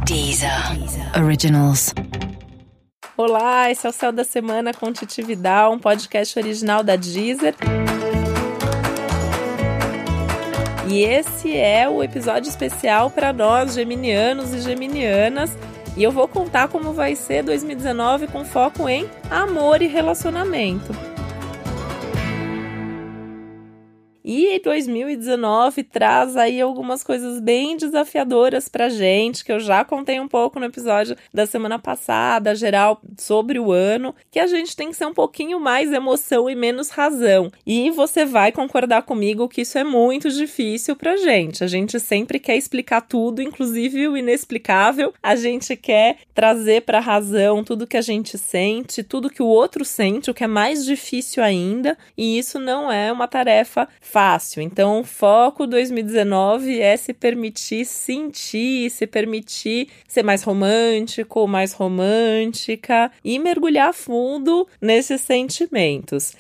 Deezer Originals. Olá, esse é o Céu da Semana com Titi Vidal, um podcast original da Deezer. E esse é o episódio especial para nós, geminianos e geminianas. E eu vou contar como vai ser 2019 com foco em amor e relacionamento. E 2019 traz aí algumas coisas bem desafiadoras pra gente, que eu já contei um pouco no episódio da semana passada, geral, sobre o ano, que a gente tem que ser um pouquinho mais emoção e menos razão. E você vai concordar comigo que isso é muito difícil pra gente. A gente sempre quer explicar tudo, inclusive o inexplicável. A gente quer trazer pra razão tudo que a gente sente, tudo que o outro sente, o que é mais difícil ainda. E isso não é uma tarefa fácil. Então, o foco 2019 é se permitir sentir, se permitir ser mais romântico, mais romântica e mergulhar fundo nesses sentimentos.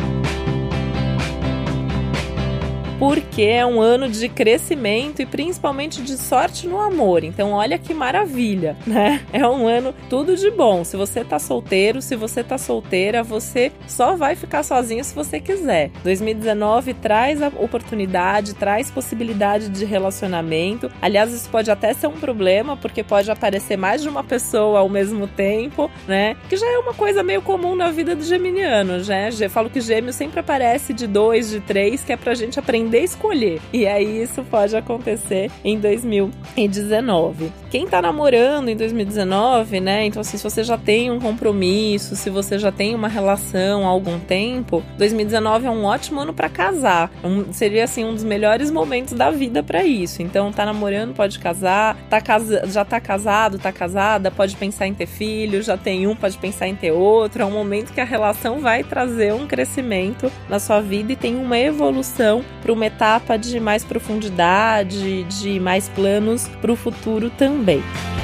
Porque é um ano de crescimento e principalmente de sorte no amor. Então olha que maravilha, né? É um ano tudo de bom. Se você tá solteiro, se você tá solteira, você só vai ficar sozinho se você quiser. 2019 traz a oportunidade, traz possibilidade de relacionamento. Aliás, isso pode até ser um problema, porque pode aparecer mais de uma pessoa ao mesmo tempo, né? Que já é uma coisa meio comum na vida do geminiano, né? Eu falo que gêmeo sempre aparece de 2, de 3, que é pra gente aprender a escolher. E aí isso pode acontecer em 2019. Quem tá namorando em 2019, né? Então assim, se você já tem um compromisso, se você já tem uma relação há algum tempo, 2019 é um ótimo ano pra casar. Seria assim um dos melhores momentos da vida pra isso. Então tá namorando, pode casar, já tá casado, tá casada, pode pensar em ter filho, já tem um, pode pensar em ter outro. É um momento que a relação vai trazer um crescimento na sua vida e tem uma evolução para uma etapa de mais profundidade, de mais planos para o futuro também.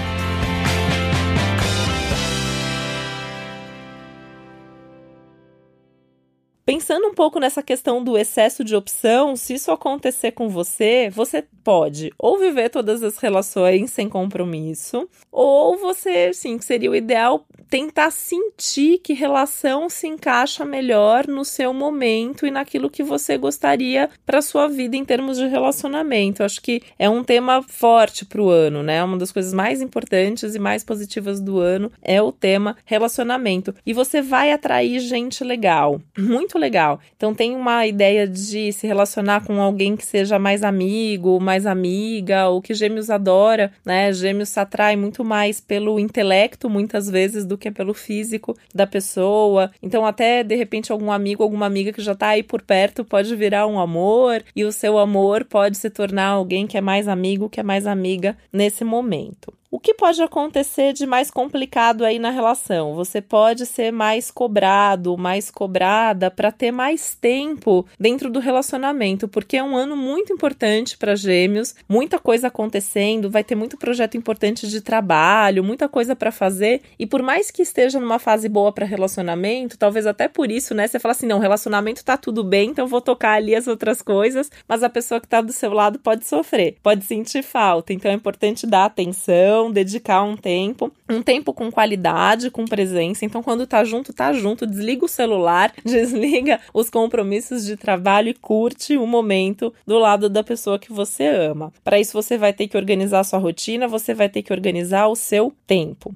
Pensando um pouco nessa questão do excesso de opção, se isso acontecer com você, você pode ou viver todas as relações sem compromisso, ou você, sim, seria o ideal tentar sentir que relação se encaixa melhor no seu momento e naquilo que você gostaria para sua vida em termos de relacionamento. Eu acho que é um tema forte para o ano, né? Uma das coisas mais importantes e mais positivas do ano é o tema relacionamento. E você vai atrair gente legal, muito legal. Então tem uma ideia de se relacionar com alguém que seja mais amigo, mais amiga, ou que Gêmeos adora, né? Gêmeos se atrai muito mais pelo intelecto, muitas vezes, do que pelo físico da pessoa. Então até, de repente, algum amigo, alguma amiga que já tá aí por perto pode virar um amor, e o seu amor pode se tornar alguém que é mais amigo, que é mais amiga nesse momento. O que pode acontecer de mais complicado aí na relação? Você pode ser mais cobrado, mais cobrada para ter mais tempo dentro do relacionamento, porque é um ano muito importante para Gêmeos, muita coisa acontecendo, vai ter muito projeto importante de trabalho, muita coisa para fazer, e por mais que esteja numa fase boa para relacionamento, talvez até por isso, né, você fala assim, não, relacionamento tá tudo bem, então vou tocar ali as outras coisas, mas a pessoa que tá do seu lado pode sofrer, pode sentir falta, então é importante dar atenção, dedicar um tempo com qualidade, com presença. Então, quando tá junto, desliga o celular, desliga os compromissos de trabalho e curte o momento do lado da pessoa que você ama. Para isso, você vai ter que organizar a sua rotina, você vai ter que organizar o seu tempo.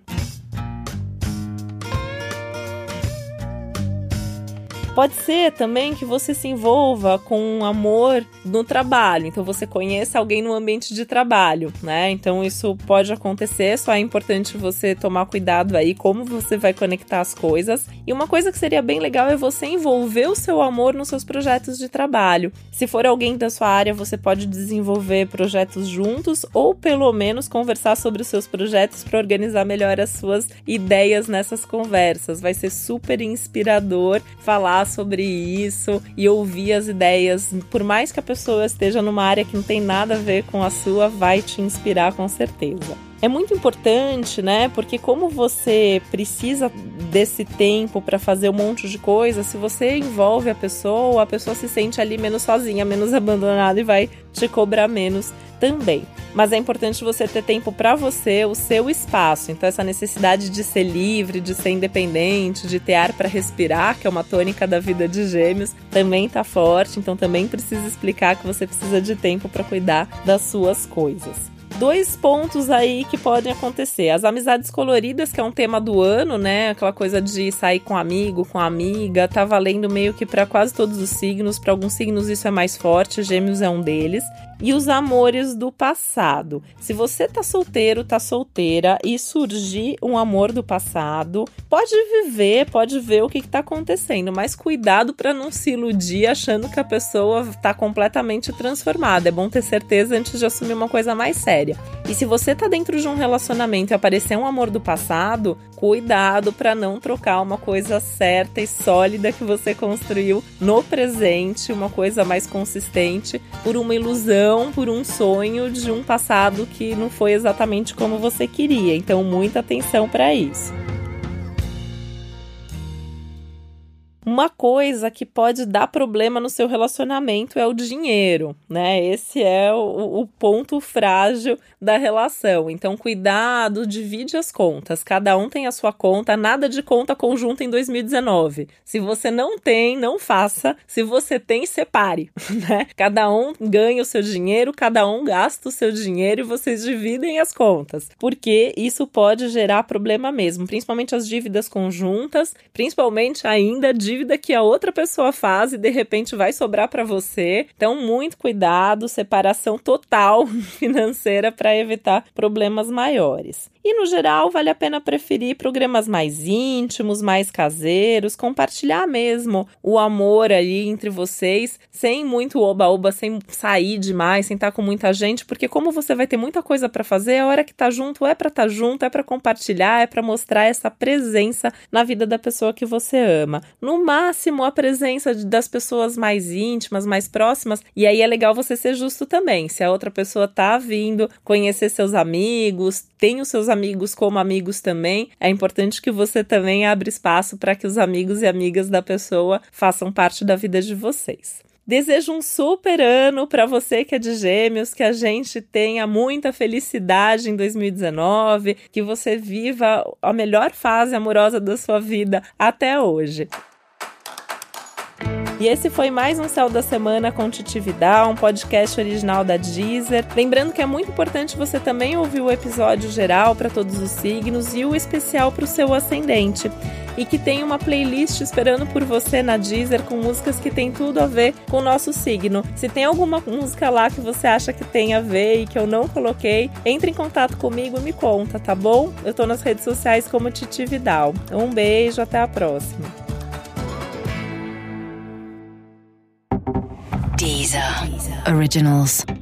Pode ser também que você se envolva com um amor no trabalho, então você conheça alguém no ambiente de trabalho, né? Então isso pode acontecer, só é importante você tomar cuidado aí como você vai conectar as coisas. E uma coisa que seria bem legal é você envolver o seu amor nos seus projetos de trabalho. Se for alguém da sua área, você pode desenvolver projetos juntos ou pelo menos conversar sobre os seus projetos para organizar melhor as suas ideias nessas conversas. Vai ser super inspirador falar sobre isso e ouvir as ideias, por mais que a pessoa esteja numa área que não tem nada a ver com a sua, vai te inspirar com certeza. É muito importante, né? Porque como você precisa desse tempo para fazer um monte de coisa, se você envolve a pessoa se sente ali menos sozinha, menos abandonada e vai te cobrar menos também. Mas é importante você ter tempo para você, o seu espaço. Então essa necessidade de ser livre, de ser independente, de ter ar para respirar, que é uma tônica da vida de Gêmeos, também tá forte. Então também precisa explicar que você precisa de tempo para cuidar das suas coisas. 2 pontos aí que podem acontecer. As amizades coloridas, que é um tema do ano, né? Aquela coisa de sair com amigo, com amiga, tá valendo meio que para quase todos os signos. Para alguns signos isso é mais forte, Gêmeos é um deles. E os amores do passado. Se você tá solteiro, tá solteira e surgir um amor do passado, pode ver o que tá acontecendo, mas cuidado para não se iludir achando que a pessoa tá completamente transformada. É bom ter certeza antes de assumir uma coisa mais séria. E se você tá dentro de um relacionamento e aparecer um amor do passado, cuidado para não trocar uma coisa certa e sólida que você construiu no presente, uma coisa mais consistente, por uma ilusão, por um sonho de um passado que não foi exatamente como você queria. Então, muita atenção para isso. Uma coisa que pode dar problema no seu relacionamento é o dinheiro, né? Esse é o ponto frágil da relação. Então, cuidado, divide as contas. Cada um tem a sua conta, nada de conta conjunta em 2019. Se você não tem, não faça. Se você tem, separe, né? Cada um ganha o seu dinheiro, cada um gasta o seu dinheiro e vocês dividem as contas. Porque isso pode gerar problema mesmo, principalmente as dívidas conjuntas, principalmente ainda dívida que a outra pessoa faz e de repente vai sobrar para você. Então, muito cuidado, separação total financeira para evitar problemas maiores. E, no geral, vale a pena preferir programas mais íntimos, mais caseiros, compartilhar mesmo o amor aí entre vocês, sem muito oba-oba, sem sair demais, sem estar com muita gente, porque como você vai ter muita coisa para fazer, a hora que tá junto é para estar junto, é para compartilhar, é para mostrar essa presença na vida da pessoa que você ama. No máximo, a presença das pessoas mais íntimas, mais próximas, e aí é legal você ser justo também. Se a outra pessoa tá vindo conhecer seus amigos, tem os seus amigos como amigos também, é importante que você também abra espaço para que os amigos e amigas da pessoa façam parte da vida de vocês. Desejo um super ano para você que é de Gêmeos, que a gente tenha muita felicidade em 2019, que você viva a melhor fase amorosa da sua vida até hoje. E esse foi mais um Céu da Semana com Titi Vidal, um podcast original da Deezer. Lembrando que é muito importante você também ouvir o episódio geral para todos os signos e o especial para o seu ascendente. E que tem uma playlist esperando por você na Deezer com músicas que tem tudo a ver com o nosso signo. Se tem alguma música lá que você acha que tem a ver e que eu não coloquei, entre em contato comigo e me conta, tá bom? Eu tô nas redes sociais como Titi Vidal. Um beijo, até a próxima. Deezer Originals.